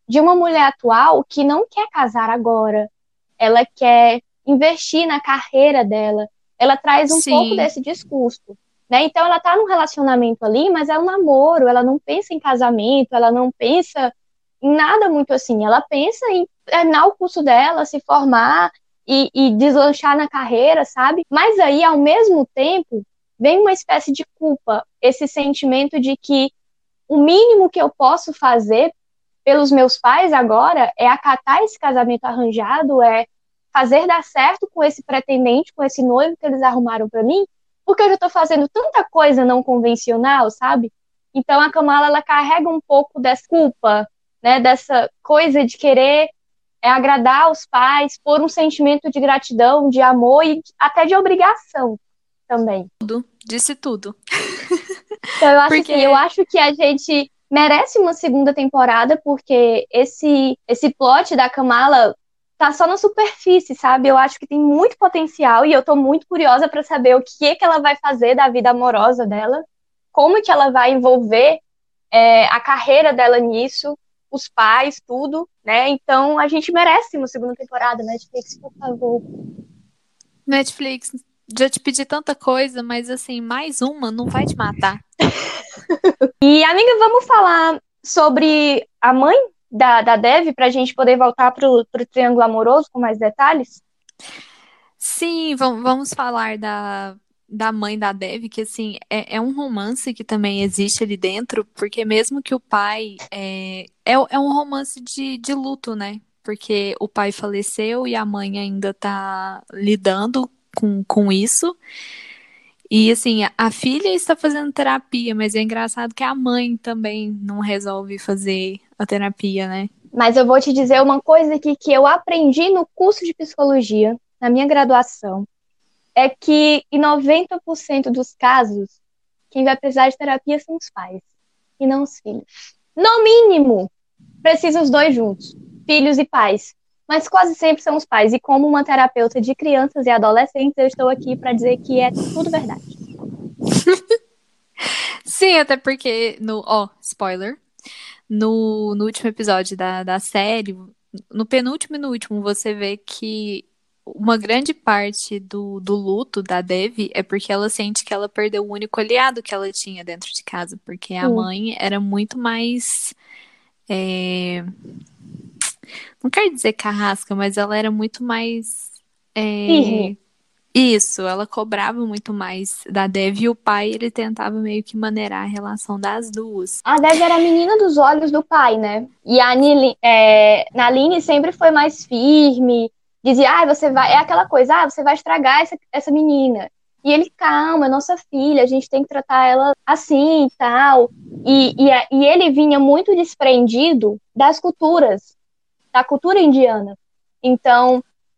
[SPEAKER 2] de uma mulher atual que não quer casar agora. Ela quer investir na carreira dela. Ela traz um pouco
[SPEAKER 1] Sim,
[SPEAKER 2] desse discurso, né? Então ela tá num relacionamento ali, mas é um namoro, ela não pensa em casamento, ela não pensa em nada muito assim. Ela pensa em terminar o curso dela, se formar e deslanchar na carreira, sabe? Mas aí, ao mesmo tempo, vem uma espécie de culpa, esse sentimento de que o mínimo que eu posso fazer pelos meus pais agora é acatar esse casamento arranjado, é fazer dar certo com esse pretendente, com esse noivo que eles arrumaram para mim, porque eu já estou fazendo tanta coisa não convencional, sabe? Então a Kamala ela carrega um pouco dessa culpa, né, dessa coisa de querer agradar os pais por um sentimento de gratidão, de amor e até de obrigação também.
[SPEAKER 1] disse tudo.
[SPEAKER 2] Então eu acho assim, eu
[SPEAKER 1] Porque,
[SPEAKER 2] acho que a gente merece uma segunda temporada porque esse plot da Kamala tá só na superfície, sabe? Eu acho que tem muito potencial e eu tô muito curiosa para saber o que é que ela vai fazer da vida amorosa dela, como que ela vai envolver a carreira dela nisso, os pais, tudo, né? Então a gente merece uma segunda temporada, Netflix, por favor.
[SPEAKER 1] Netflix, já te pedi tanta coisa, mas assim, mais uma não vai te matar.
[SPEAKER 2] E, amiga, vamos falar sobre a mãe da Dev para a gente poder voltar pro Triângulo Amoroso com mais detalhes?
[SPEAKER 1] Sim, vamos falar da mãe da Dev, que assim, é um romance que também existe ali dentro, porque mesmo que o pai é um romance de luto, né? Porque o pai faleceu e a mãe ainda tá lidando com isso. E assim, a filha está fazendo terapia, mas é engraçado que a mãe também não resolve fazer a terapia, né?
[SPEAKER 2] Mas eu vou te dizer uma coisa aqui que eu aprendi no curso de psicologia, na minha graduação, é que em 90% dos casos, quem vai precisar de terapia são os pais e não os filhos. No mínimo, precisam os dois juntos, filhos e pais. Mas quase sempre são os pais. E como uma terapeuta de crianças e adolescentes, eu estou aqui para dizer que é tudo verdade.
[SPEAKER 1] Sim, até porque spoiler. No último episódio da série, no penúltimo e no último, você vê que uma grande parte do luto da Dev é porque ela sente que ela perdeu o único aliado que ela tinha dentro de casa, porque a
[SPEAKER 2] Sim,
[SPEAKER 1] mãe era muito mais. é, Não quero dizer carrasca, mas ela era muito mais.
[SPEAKER 2] firme.
[SPEAKER 1] é, Isso, ela cobrava muito mais da Dev e o pai, ele tentava meio que maneirar a relação das duas.
[SPEAKER 2] A Dev era a menina dos olhos do pai, né? E a Naline sempre foi mais firme, dizia, você vai. É aquela coisa, você vai estragar essa menina. E ele, calma, é nossa filha, a gente tem que tratar ela assim e tal. E ele vinha muito desprendido das culturas, da cultura indiana. Então,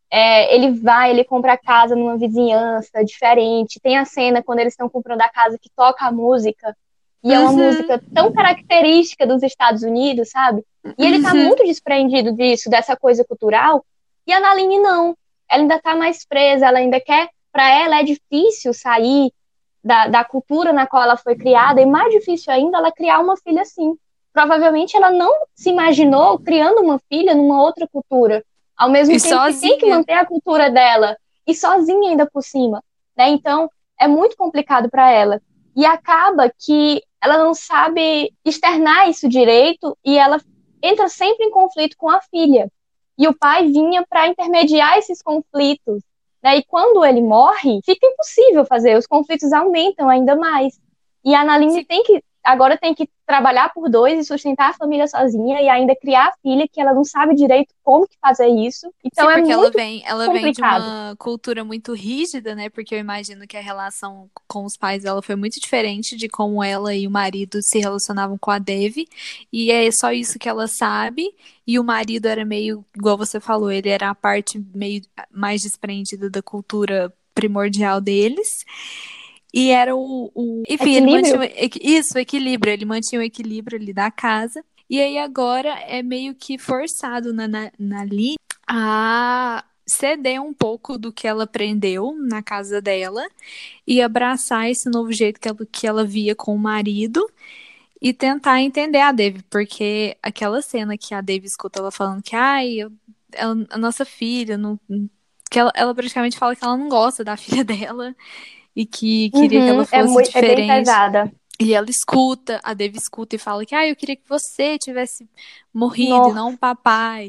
[SPEAKER 2] ele compra casa numa vizinhança diferente. Tem a cena quando eles estão comprando a casa que toca a música, e é uma
[SPEAKER 1] Uhum,
[SPEAKER 2] música tão característica dos Estados Unidos, sabe? E ele tá
[SPEAKER 1] uhum.
[SPEAKER 2] muito desprendido disso, dessa coisa cultural, e a Naline não. Ela ainda tá mais presa, ela ainda quer. Para ela é difícil sair da cultura na qual ela foi criada, e mais difícil ainda ela criar uma filha assim. Provavelmente ela não se imaginou criando uma filha numa outra cultura, ao
[SPEAKER 1] E
[SPEAKER 2] mesmo tempo que tem que
[SPEAKER 1] sozinha.
[SPEAKER 2] manter a cultura dela, e sozinha ainda por cima, né? Então, é muito complicado para ela. E acaba que ela não sabe externar isso direito e ela entra sempre em conflito com a filha. E o pai vinha para intermediar esses conflitos, né? E quando ele morre, fica impossível fazer, os conflitos aumentam ainda mais. E a Analine
[SPEAKER 1] Sim,
[SPEAKER 2] agora tem que trabalhar por dois e sustentar a família sozinha e ainda criar a filha que ela não sabe direito como que fazer isso. Então
[SPEAKER 1] sim,
[SPEAKER 2] é
[SPEAKER 1] porque
[SPEAKER 2] muito
[SPEAKER 1] ela vem de
[SPEAKER 2] complicado.
[SPEAKER 1] uma cultura muito rígida, né? Porque eu imagino que a relação com os pais dela foi muito diferente de como ela e o marido se relacionavam com a Dev. E é só isso que ela sabe. E o marido era meio, igual você falou, ele era a parte meio mais desprendida da cultura primordial deles. E era enfim, ele mantinha
[SPEAKER 2] Equilíbrio?
[SPEAKER 1] isso, o equilíbrio. Ele mantinha o equilíbrio ali da casa. E aí agora é meio que forçado na Lee a ceder um pouco do que ela aprendeu na casa dela e abraçar esse novo jeito que ela via com o marido. E tentar entender a Dev, porque aquela cena que a Dev escuta ela falando que, ai, a nossa filha, não, que ela praticamente fala que ela não gosta da filha dela e que queria que ela
[SPEAKER 2] Uhum,
[SPEAKER 1] fosse
[SPEAKER 2] é bem
[SPEAKER 1] diferente.
[SPEAKER 2] pesada.
[SPEAKER 1] E ela escuta, a Dev escuta e fala que, ai, eu queria que você tivesse morrido e
[SPEAKER 2] Nossa,
[SPEAKER 1] não o papai.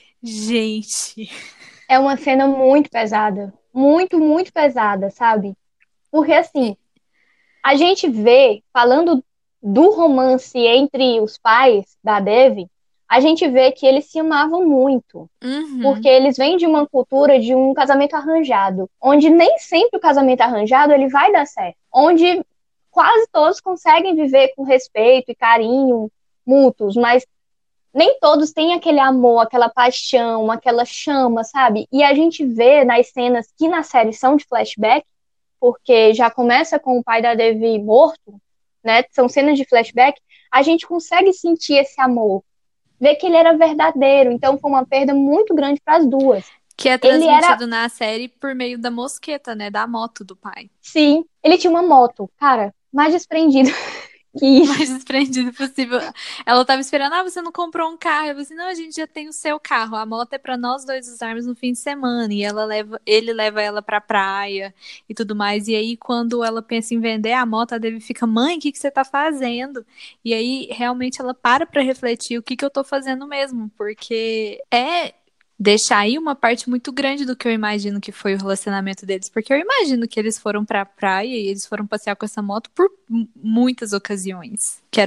[SPEAKER 1] Gente.
[SPEAKER 2] é uma cena muito pesada. Muito, muito pesada, sabe? Porque assim, a gente vê, falando do romance entre os pais da Dev, a gente vê que eles se amavam muito. Porque
[SPEAKER 1] Uhum.
[SPEAKER 2] eles vêm de uma cultura de um casamento arranjado, onde nem sempre o casamento arranjado ele vai dar certo, onde quase todos conseguem viver com respeito e carinho mútuos, mas nem todos têm aquele amor, aquela paixão, aquela chama, sabe? E a gente vê nas cenas que na série são de flashback, porque já começa com o pai da Devi morto, né? São cenas de flashback, a gente consegue sentir esse amor, ver que ele era verdadeiro, então foi uma perda muito grande para as duas.
[SPEAKER 1] Que é
[SPEAKER 2] Ele era,
[SPEAKER 1] transmitido na série por meio da mosqueta, né? Da moto do pai.
[SPEAKER 2] sim, ele tinha uma moto, cara, mais desprendido que
[SPEAKER 1] Mais
[SPEAKER 2] isso.
[SPEAKER 1] desprendido possível. Ela tava esperando, ah, você não comprou um carro. Eu falei assim, não, a gente já tem o seu carro. A moto é pra nós dois usarmos no fim de semana. E ele leva ela pra praia e tudo mais. E aí, quando ela pensa em vender a moto, a Devi fica, mãe, o que que você tá fazendo? E aí, realmente, ela para pra refletir o que que eu tô fazendo mesmo. Porque é deixar aí uma parte muito grande do que eu imagino que foi o relacionamento deles, porque eu imagino que eles foram pra praia e eles foram passear com essa moto por muitas ocasiões, que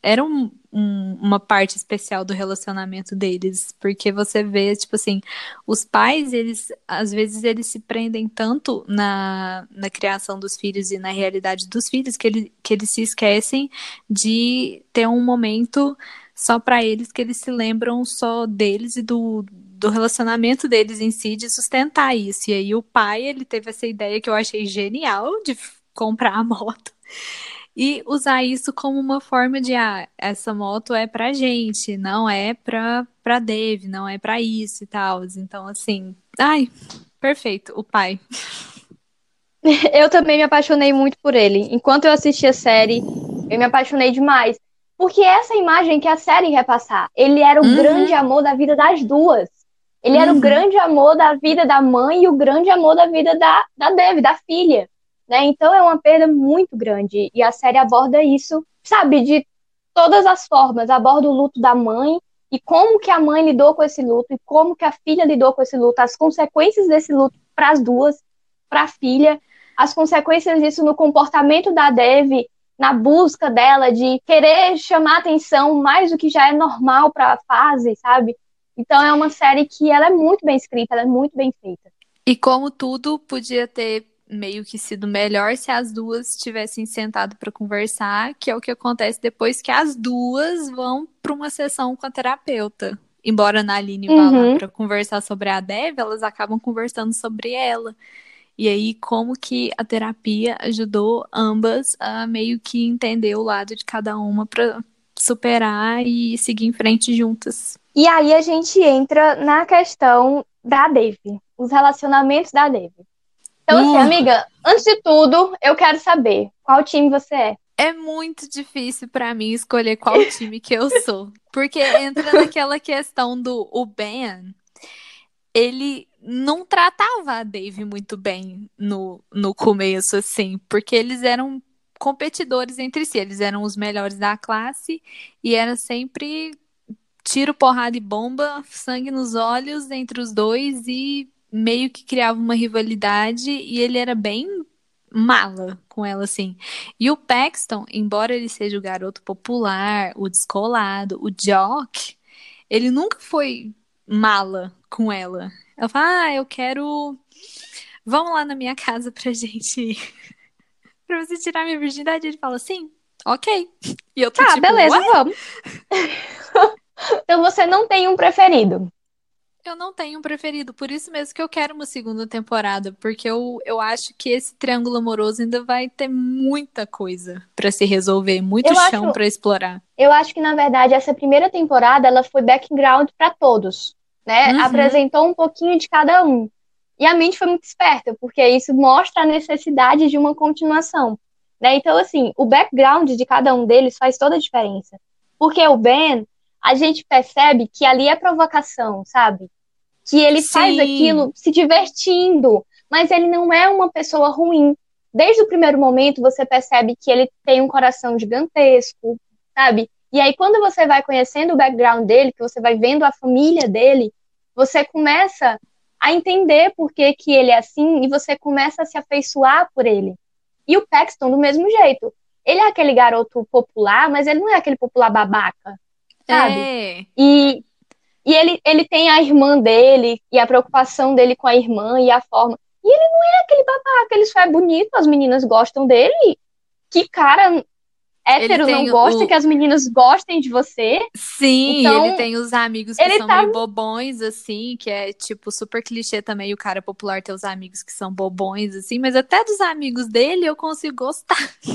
[SPEAKER 1] uma parte especial do relacionamento deles, porque você vê, tipo assim, os pais, eles, às vezes, eles se prendem tanto na criação dos filhos e na realidade dos filhos, que eles se esquecem de ter um momento só pra eles, que eles se lembram só deles e do relacionamento deles em si, de sustentar isso. E aí o pai, ele teve essa ideia que eu achei genial de comprar a moto e usar isso como uma forma de, ah, essa moto é pra gente, não é pra Dave, não é pra isso e tal. Então, assim, ai, perfeito, o pai.
[SPEAKER 2] Eu também me apaixonei muito por ele. Enquanto eu assistia a série, eu me apaixonei demais. Porque essa imagem que a série quer passar, ele era o grande
[SPEAKER 1] Uhum,
[SPEAKER 2] amor da vida das duas. Ele era o
[SPEAKER 1] uhum.
[SPEAKER 2] grande amor da vida da mãe e o grande amor da vida da Dev, da filha. Né? Então é uma perda muito grande. E a série aborda isso, sabe, de todas as formas. Aborda o luto da mãe e como que a mãe lidou com esse luto e como que a filha lidou com esse luto, as consequências desse luto para as duas, para a filha, as consequências disso no comportamento da Dev, na busca dela de querer chamar atenção mais do que já é normal para a fase, sabe? Então é uma série que ela é muito bem escrita, ela é muito bem feita.
[SPEAKER 1] E como tudo podia ter meio que sido melhor se as duas tivessem sentado para conversar, que é o que acontece depois que as duas vão para uma sessão com a terapeuta. Embora a Naline vá lá
[SPEAKER 2] Uhum.
[SPEAKER 1] para conversar sobre a Dev, elas acabam conversando sobre ela. E aí, como que a terapia ajudou ambas a meio que entender o lado de cada uma para superar e seguir em frente juntas.
[SPEAKER 2] E aí a gente entra na questão da Dev, os relacionamentos da Dev. Então, assim,
[SPEAKER 1] Uh,
[SPEAKER 2] amiga, antes de tudo, eu quero saber qual time você é.
[SPEAKER 1] É muito difícil pra mim escolher qual time que eu sou, porque entra naquela questão do o Ben, ele não tratava a Dave muito bem no começo, assim, porque eles eram competidores entre si, eles eram os melhores da classe e era sempre tiro, porrada e bomba, sangue nos olhos entre os dois e meio que criava uma rivalidade e ele era bem mala com ela, assim. E o Paxton, embora ele seja o garoto popular, o descolado, o jock, ele nunca foi mala com ela. Ela fala, ah, eu quero. Vamos lá na minha casa pra gente. Pra você tirar minha virgindade. Ele fala, sim, ok. E eu tô
[SPEAKER 2] Tá,
[SPEAKER 1] tipo,
[SPEAKER 2] beleza,
[SPEAKER 1] ué?
[SPEAKER 2] vamos. Então você não tem um preferido.
[SPEAKER 1] Eu não tenho um preferido, por isso mesmo que eu quero uma segunda temporada, porque eu acho que esse triângulo amoroso ainda vai ter muita coisa pra se resolver, muito
[SPEAKER 2] Eu
[SPEAKER 1] chão
[SPEAKER 2] acho,
[SPEAKER 1] pra explorar.
[SPEAKER 2] eu acho que na verdade essa primeira temporada ela foi background para todos, né?
[SPEAKER 1] Uhum,
[SPEAKER 2] Apresentou um pouquinho de cada um. E a Mindy foi muito esperta, porque isso mostra a necessidade de uma continuação. né? Então, assim, o background de cada um deles faz toda a diferença. Porque o Ben, a gente percebe que ali é provocação, sabe? Que ele faz
[SPEAKER 1] Sim,
[SPEAKER 2] aquilo se divertindo, mas ele não é uma pessoa ruim. Desde o primeiro momento, você percebe que ele tem um coração gigantesco, sabe? E aí, quando você vai conhecendo o background dele, que você vai vendo a família dele, você começa a entender por que que ele é assim e você começa a se afeiçoar por ele. E o Paxton, do mesmo jeito. Ele é aquele garoto popular, mas ele não é aquele popular babaca, sabe?
[SPEAKER 1] é.
[SPEAKER 2] E ele tem a irmã dele e a preocupação dele com a irmã e a forma. E ele não é aquele babaca, ele só é bonito, as meninas gostam dele. Que cara
[SPEAKER 1] Ele
[SPEAKER 2] hétero não
[SPEAKER 1] tem
[SPEAKER 2] gosta que as meninas gostem de você?
[SPEAKER 1] Sim, ele
[SPEAKER 2] Então,
[SPEAKER 1] tem os amigos que
[SPEAKER 2] ele
[SPEAKER 1] são
[SPEAKER 2] tá.
[SPEAKER 1] meio bobões, assim, que é tipo super clichê também o cara popular ter os amigos que são bobões, assim, mas até dos amigos dele eu consigo gostar.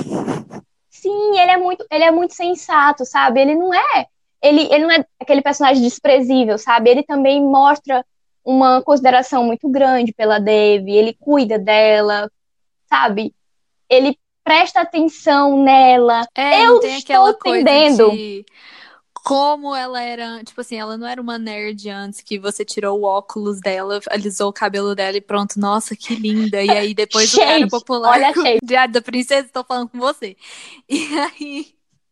[SPEAKER 2] Sim, ele é muito sensato, sabe? Ele não é aquele personagem desprezível, sabe? Ele também mostra uma consideração muito grande pela Devi, ele cuida dela, sabe? Ele presta atenção nela.
[SPEAKER 1] É, não
[SPEAKER 2] Eu
[SPEAKER 1] tem aquela
[SPEAKER 2] estou
[SPEAKER 1] coisa
[SPEAKER 2] entendendo.
[SPEAKER 1] de como ela era, tipo assim, ela não era uma nerd antes que você tirou o óculos dela, alisou o cabelo dela e pronto, nossa, que linda. E aí depois o cara
[SPEAKER 2] Shade,
[SPEAKER 1] popular,
[SPEAKER 2] olha a Shade.
[SPEAKER 1] Diário da Princesa, estou falando com você. E aí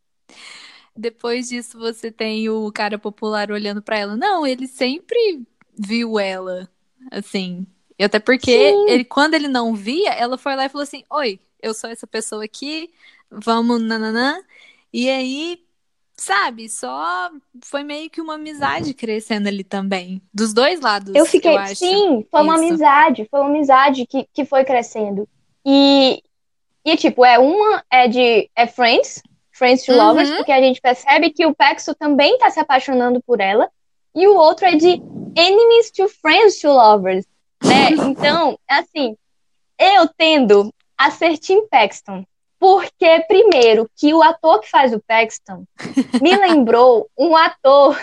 [SPEAKER 1] depois disso, você tem o cara popular olhando pra ela. Não, ele sempre viu ela, assim. E até porque
[SPEAKER 2] Sim,
[SPEAKER 1] ele, quando ele não via, ela foi lá e falou assim: Oi, eu sou essa pessoa aqui, vamos, nananã. E aí, sabe, só foi meio que uma amizade crescendo ali também. Dos dois
[SPEAKER 2] eu
[SPEAKER 1] lados, eu
[SPEAKER 2] fiquei.
[SPEAKER 1] acho
[SPEAKER 2] Sim,
[SPEAKER 1] isso.
[SPEAKER 2] foi uma amizade que foi crescendo. E, tipo, é Friends to Lovers,
[SPEAKER 1] Uhum.
[SPEAKER 2] porque a gente percebe que o Paxo também tá se apaixonando por ela. E o outro é de Enemies to Friends to Lovers, né? Então, assim, eu tendo a ser Team Paxton. Porque, primeiro, que o ator que faz o Paxton me lembrou um ator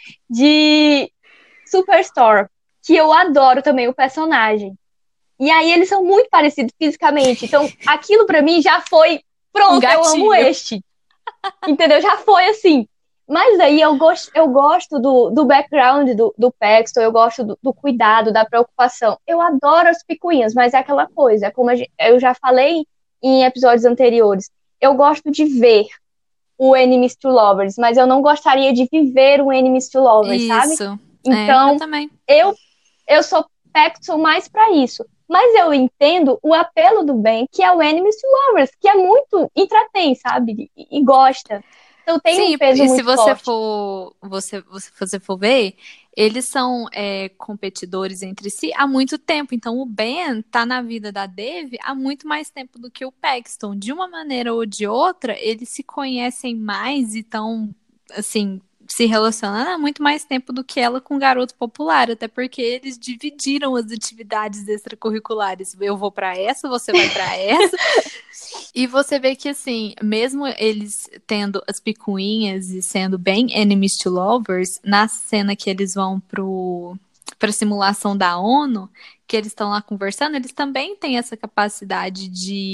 [SPEAKER 2] de Superstore, que eu adoro também o personagem. E aí eles são muito parecidos fisicamente. Então, aquilo pra mim já foi,
[SPEAKER 1] Um
[SPEAKER 2] pronto, eu amo
[SPEAKER 1] gatilho.
[SPEAKER 2] este. Entendeu? Já foi assim. Mas aí eu gosto do background do Paxton, eu gosto do cuidado, da preocupação. Eu adoro as picuinhas, mas é aquela coisa, é como eu já falei em episódios anteriores. Eu gosto de ver o Enemies to Lovers, mas eu não gostaria de viver um Enemies to Lovers, sabe?
[SPEAKER 1] Isso. É, eu
[SPEAKER 2] Então,
[SPEAKER 1] também.
[SPEAKER 2] eu, eu sou Paxton mais pra isso. Mas eu entendo o apelo do bem, que é o Enemies to Lovers, que é muito entretém, sabe? E gosta. Então tem um
[SPEAKER 1] Sim,
[SPEAKER 2] peso
[SPEAKER 1] e se
[SPEAKER 2] muito
[SPEAKER 1] você
[SPEAKER 2] forte.
[SPEAKER 1] for, você for ver, eles são competidores entre si há muito tempo. Então, o Ben tá na vida da Dev há muito mais tempo do que o Paxton. De uma maneira ou de outra, eles se conhecem mais e estão, assim, se relacionando há muito mais tempo do que ela com o garoto popular. Até porque eles dividiram as atividades extracurriculares. Eu vou pra essa, você vai pra essa. E você vê que, assim, mesmo eles tendo as picuinhas e sendo bem enemies to lovers, na cena que eles vão pra simulação da ONU, que eles estão lá conversando, eles também têm essa capacidade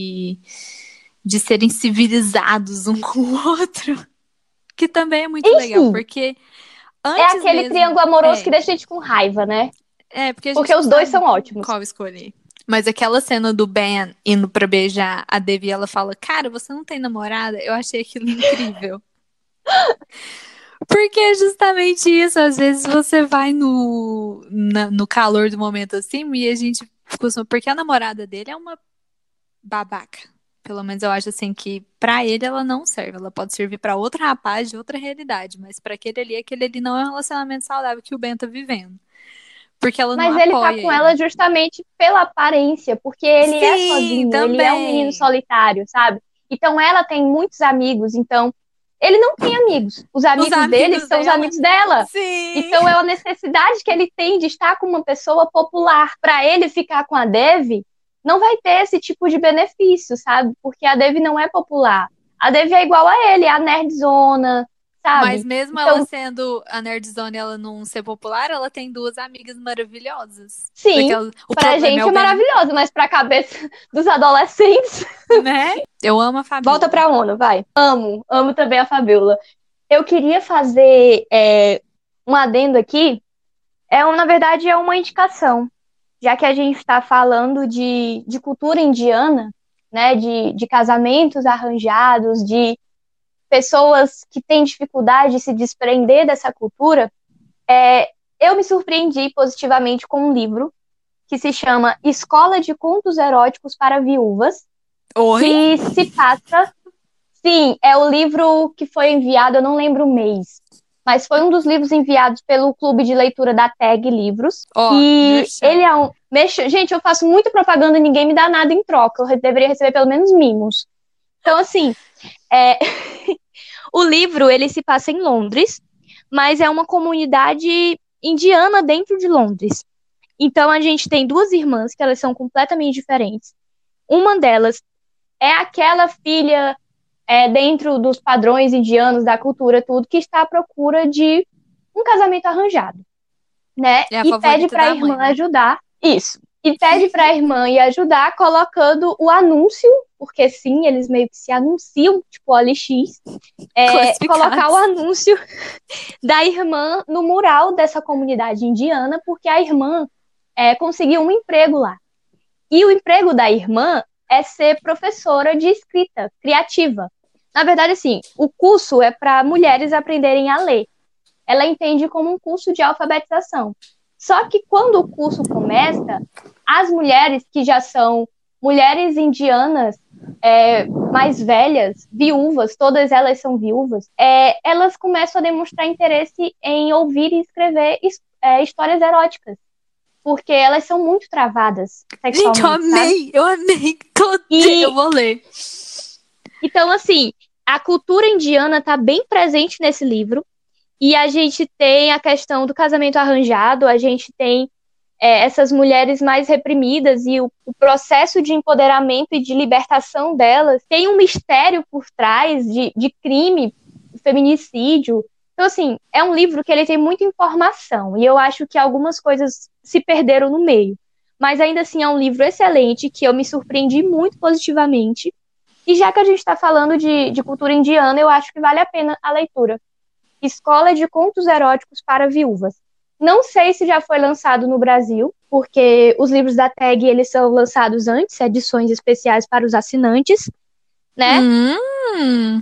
[SPEAKER 1] de serem civilizados um com o outro, que também é muito legal,
[SPEAKER 2] Enfim,
[SPEAKER 1] porque
[SPEAKER 2] é
[SPEAKER 1] antes
[SPEAKER 2] aquele
[SPEAKER 1] mesmo.
[SPEAKER 2] triângulo amoroso que deixa a gente com raiva, né?
[SPEAKER 1] Porque a
[SPEAKER 2] Porque
[SPEAKER 1] gente não
[SPEAKER 2] os dois
[SPEAKER 1] sabe
[SPEAKER 2] são ótimos.
[SPEAKER 1] qual escolher. Mas aquela cena do Ben indo pra beijar a Devi, ela fala: Cara, você não tem namorada? Eu achei aquilo incrível. Porque é justamente isso. Às vezes você vai no calor do momento assim e a gente costuma. Porque a namorada dele é uma babaca. Pelo menos eu acho assim que pra ele ela não serve. Ela pode servir pra outro rapaz de outra realidade. Mas pra aquele ali não é um relacionamento saudável que o Ben tá vivendo. Porque ela não
[SPEAKER 2] Mas ele tá
[SPEAKER 1] apoia
[SPEAKER 2] com
[SPEAKER 1] ele.
[SPEAKER 2] ela justamente pela aparência, porque ele é
[SPEAKER 1] Sim,
[SPEAKER 2] sozinho, ele é um menino
[SPEAKER 1] também.
[SPEAKER 2] solitário, sabe? Então ela tem muitos amigos, então ele não tem amigos. Os
[SPEAKER 1] Os
[SPEAKER 2] amigos dele
[SPEAKER 1] amigos
[SPEAKER 2] são os
[SPEAKER 1] dela.
[SPEAKER 2] amigos dela.
[SPEAKER 1] Sim.
[SPEAKER 2] Então é a necessidade que ele tem de estar com uma pessoa popular. Para ele ficar com a Dev, não vai ter esse tipo de benefício, sabe? Porque a Dev não é popular. A Dev é igual a ele, a nerdzona,
[SPEAKER 1] Mas
[SPEAKER 2] sabe?
[SPEAKER 1] mesmo ela
[SPEAKER 2] Então,
[SPEAKER 1] sendo a nerdzone, ela não ser popular, ela tem duas amigas maravilhosas. Porque
[SPEAKER 2] sim,
[SPEAKER 1] o
[SPEAKER 2] pra
[SPEAKER 1] problema é
[SPEAKER 2] gente
[SPEAKER 1] o
[SPEAKER 2] é
[SPEAKER 1] Ben,
[SPEAKER 2] maravilhoso, mas pra cabeça dos adolescentes.
[SPEAKER 1] né? Eu amo a
[SPEAKER 2] Volta
[SPEAKER 1] Fabiola.
[SPEAKER 2] pra ONU, vai. Amo também a Fabiola. Eu queria fazer um adendo aqui. Na verdade, é uma indicação. Já que a gente está falando de cultura indiana, né? De casamentos arranjados, de pessoas que têm dificuldade de se desprender dessa cultura, eu me surpreendi positivamente com um livro que se chama Escola de Contos Eróticos para Viúvas,
[SPEAKER 1] Oi?
[SPEAKER 2] que se passa. Sim, é o livro que foi enviado, eu não lembro o mês, mas foi um dos livros enviados pelo Clube de Leitura da TAG Livros.
[SPEAKER 1] Ó,
[SPEAKER 2] E ele
[SPEAKER 1] Merchan.
[SPEAKER 2] é um. Gente, eu faço muita propaganda e ninguém me dá nada em troca. Deveria receber pelo menos mimos. Então, assim, é, o livro ele se passa em Londres, mas é uma comunidade indiana dentro de Londres. Então, a gente tem duas irmãs que elas são completamente diferentes. Uma delas é aquela filha dentro dos padrões indianos, da cultura, tudo, que está à procura de um casamento arranjado, né?
[SPEAKER 1] É a
[SPEAKER 2] E pede
[SPEAKER 1] favorita
[SPEAKER 2] para a
[SPEAKER 1] da mãe,
[SPEAKER 2] irmã
[SPEAKER 1] né?
[SPEAKER 2] ajudar. Isso. E pede para a irmã ir ajudar colocando o anúncio, porque sim, eles meio que se anunciam, tipo OLX, colocar o
[SPEAKER 1] Classificados.
[SPEAKER 2] anúncio da irmã no mural dessa comunidade indiana, porque a irmã conseguiu um emprego lá. E o emprego da irmã é ser professora de escrita criativa. Na verdade, assim, o curso é para mulheres aprenderem a ler. Ela entende como um curso de alfabetização. Só que quando o curso começa, as mulheres que já são mulheres indianas mais velhas, viúvas, todas elas são viúvas, elas começam a demonstrar interesse em ouvir e escrever histórias eróticas, porque elas são muito travadas
[SPEAKER 1] Gente,
[SPEAKER 2] sexualmente, sabe?
[SPEAKER 1] eu amei. Eu
[SPEAKER 2] E
[SPEAKER 1] vou ler.
[SPEAKER 2] então, assim, a cultura indiana está bem presente nesse livro. E a gente tem a questão do casamento arranjado, a gente tem essas mulheres mais reprimidas e o processo de empoderamento e de libertação delas tem um mistério por trás de crime, feminicídio. Então, assim, é um livro que ele tem muita informação e eu acho que algumas coisas se perderam no meio. Mas ainda assim é um livro excelente que eu me surpreendi muito positivamente. E já que a gente está falando de cultura indiana, eu acho que vale a pena a leitura. Escola de Contos Eróticos para Viúvas. Não sei se já foi lançado no Brasil, porque os livros da TAG eles são lançados antes, edições especiais para os assinantes, né?
[SPEAKER 1] Hum.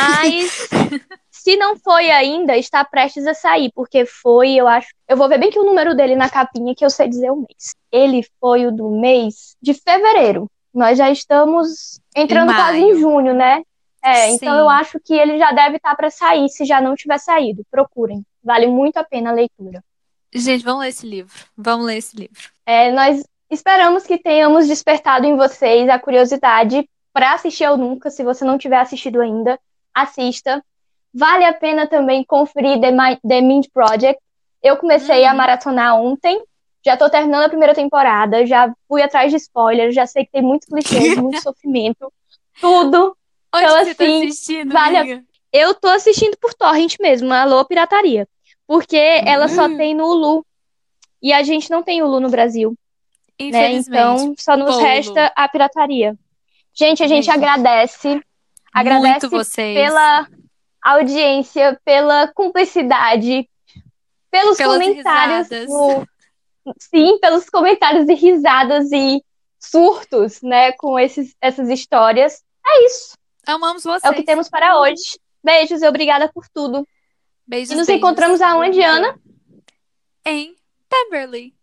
[SPEAKER 2] Mas se não foi ainda, está prestes a sair, porque foi, eu acho. Eu vou ver bem que o número dele na capinha, que eu sei dizer o mês. Ele foi o do mês de fevereiro. Nós já estamos
[SPEAKER 1] Em
[SPEAKER 2] entrando quase em
[SPEAKER 1] maio.
[SPEAKER 2] junho, né? Então eu
[SPEAKER 1] Sim.
[SPEAKER 2] acho que ele já deve estar para sair, se já não tiver saído. Procurem. Vale muito a pena a leitura.
[SPEAKER 1] Gente, vamos ler esse livro. Vamos ler esse livro.
[SPEAKER 2] Nós esperamos que tenhamos despertado em vocês a curiosidade para assistir ao Nunca. Se você não tiver assistido ainda, assista. Vale a pena também conferir The Mind Project. Eu comecei a
[SPEAKER 1] Uhum.
[SPEAKER 2] maratonar ontem. Já tô terminando a primeira temporada. Já fui atrás de spoilers. Já sei que tem muitos clichês, muito sofrimento. Tudo.
[SPEAKER 1] Onde
[SPEAKER 2] Então,
[SPEAKER 1] que você tá
[SPEAKER 2] assim,
[SPEAKER 1] assistindo,
[SPEAKER 2] vale a...
[SPEAKER 1] amiga?
[SPEAKER 2] Eu tô assistindo por torrent mesmo. Alô, pirataria. Porque ela só tem no Hulu. E a gente não tem Hulu no Brasil, né?
[SPEAKER 1] Infelizmente.
[SPEAKER 2] Então, só nos
[SPEAKER 1] Polo.
[SPEAKER 2] resta a pirataria. Gente, a gente
[SPEAKER 1] Mesmo.
[SPEAKER 2] agradece.
[SPEAKER 1] Muito
[SPEAKER 2] Agradece
[SPEAKER 1] vocês.
[SPEAKER 2] pela audiência, pela cumplicidade, pelos
[SPEAKER 1] Pelas
[SPEAKER 2] comentários
[SPEAKER 1] risadas.
[SPEAKER 2] no... Sim, pelos comentários e risadas e surtos, né, com essas histórias. É isso.
[SPEAKER 1] Amamos
[SPEAKER 2] É o que
[SPEAKER 1] vocês.
[SPEAKER 2] temos para hoje. Beijos e obrigada por tudo. E
[SPEAKER 1] Beijos,
[SPEAKER 2] nos encontramos
[SPEAKER 1] beijos.
[SPEAKER 2] aonde, Ana?
[SPEAKER 1] Em Pemberley.